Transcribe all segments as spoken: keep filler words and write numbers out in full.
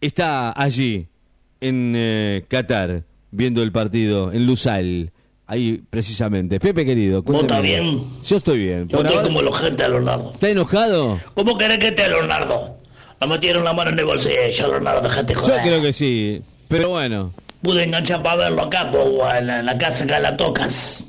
está allí, en eh, Qatar, viendo el partido, en Lusail. Ahí, precisamente. Pepe, querido. ¿Vos estás bien? Yo estoy bien. Yo estoy como el ojete, Leonardo. ¿Está enojado? ¿Cómo querés que esté, Leonardo? No metieron la mano en el bolsillo, Leonardo, dejate joder. Yo creo que sí, pero bueno. Pude enganchar para verlo acá, pues, en la, en la casa que la tocas.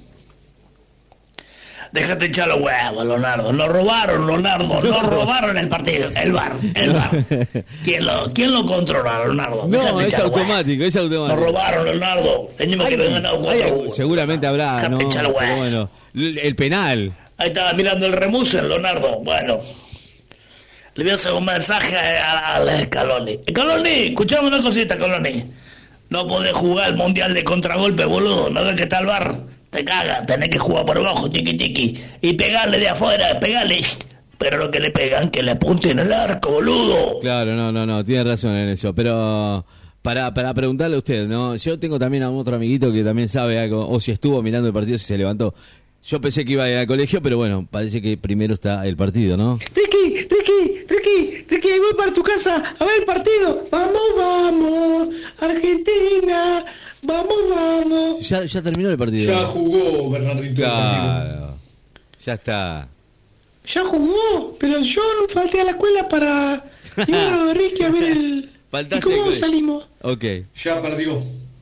Déjate echar los huevos, Leonardo. Nos robaron, Leonardo. Nos robaron el partido. El bar, el bar. ¿Quién lo, quién lo controla, Leonardo? No, es automático, es automático. Nos robaron, Leonardo. Teníamos que haber ganado cuatro. Seguramente habrá, Déjate ¿no? echar los Pero huevos. bueno, el penal. Ahí estaba mirando el remusen, Leonardo. Bueno. Le voy a hacer un mensaje a, a la Scaloni. Scaloni, escuchame una cosita, Scaloni. No podés jugar el mundial de contragolpe, boludo. No ves que está el bar. Te caga, tenés que jugar por abajo, tiqui tiqui. Y pegarle de afuera, pegarle. Pero lo que le pegan, que le apunten al arco, boludo. Claro, no, no, no, tiene razón en eso. Pero para, para preguntarle a usted, ¿no? Yo tengo también a otro amiguito que también sabe algo, o si estuvo mirando el partido, si se levantó. Yo pensé que iba a ir al colegio, pero bueno, parece que primero está el partido, ¿no? Ricky, Ricky, Ricky, Ricky, voy para tu casa a ver el partido. Vamos, vamos, Argentina, vamos, vamos. Ya, ya terminó el partido. Ya jugó Bernardito. Claro, ya está. Ya jugó, pero yo no falté a la escuela para ir a lo de Ricky a ver el... Faltaste ¿Y cómo al colegio. salimos? Ok. Ya perdió.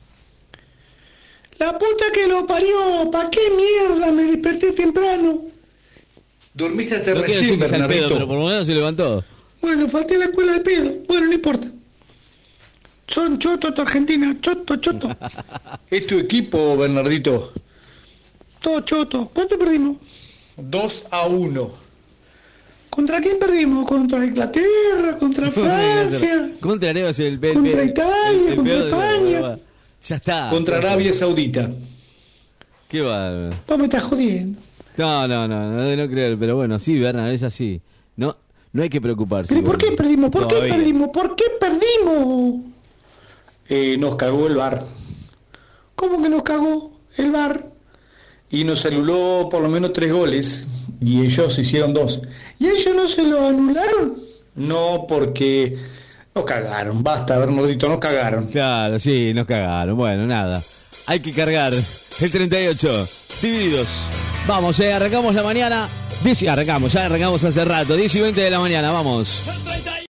La puta que lo parió, ¿pa' qué mierda me desperté temprano? Dormiste hasta No quiero decir recién, que sea el Bernardito. pedo, pero por lo menos se levantó. Bueno, falté a la escuela de pedo. Bueno, no importa. Son chotos, Argentina, choto, choto. ¿Es tu equipo, Bernardito? Todo choto. ¿Cuánto perdimos? dos a uno. ¿Contra quién perdimos? ¿Contra Inglaterra? ¿Contra Francia? Contra Arabia, el, el, Contra el- Italia, el- el contra peor de los- España. Ya está. Contra Arabia Saudita. Qué va. Vos me estás jodiendo. No, no, no, no de no creer, pero bueno, sí, Bernard, es así. No, no hay que preocuparse. ¿Pero por qué perdimos? ¿Por qué Todavía. perdimos? ¿Por qué perdimos? Eh, nos cagó el bar. ¿Cómo que nos cagó el bar? Y nos anuló por lo menos tres goles. Y ellos hicieron dos. ¿Y ellos no se lo anularon? No, porque nos cagaron. Basta, Bernardito, nos cagaron. Claro, sí, nos cagaron. Bueno, nada. Hay que cargar el treinta y ocho. Divididos. Vamos, eh, arrancamos la mañana. diez, arrancamos, ya arrancamos hace rato. diez y veinte de la mañana, vamos.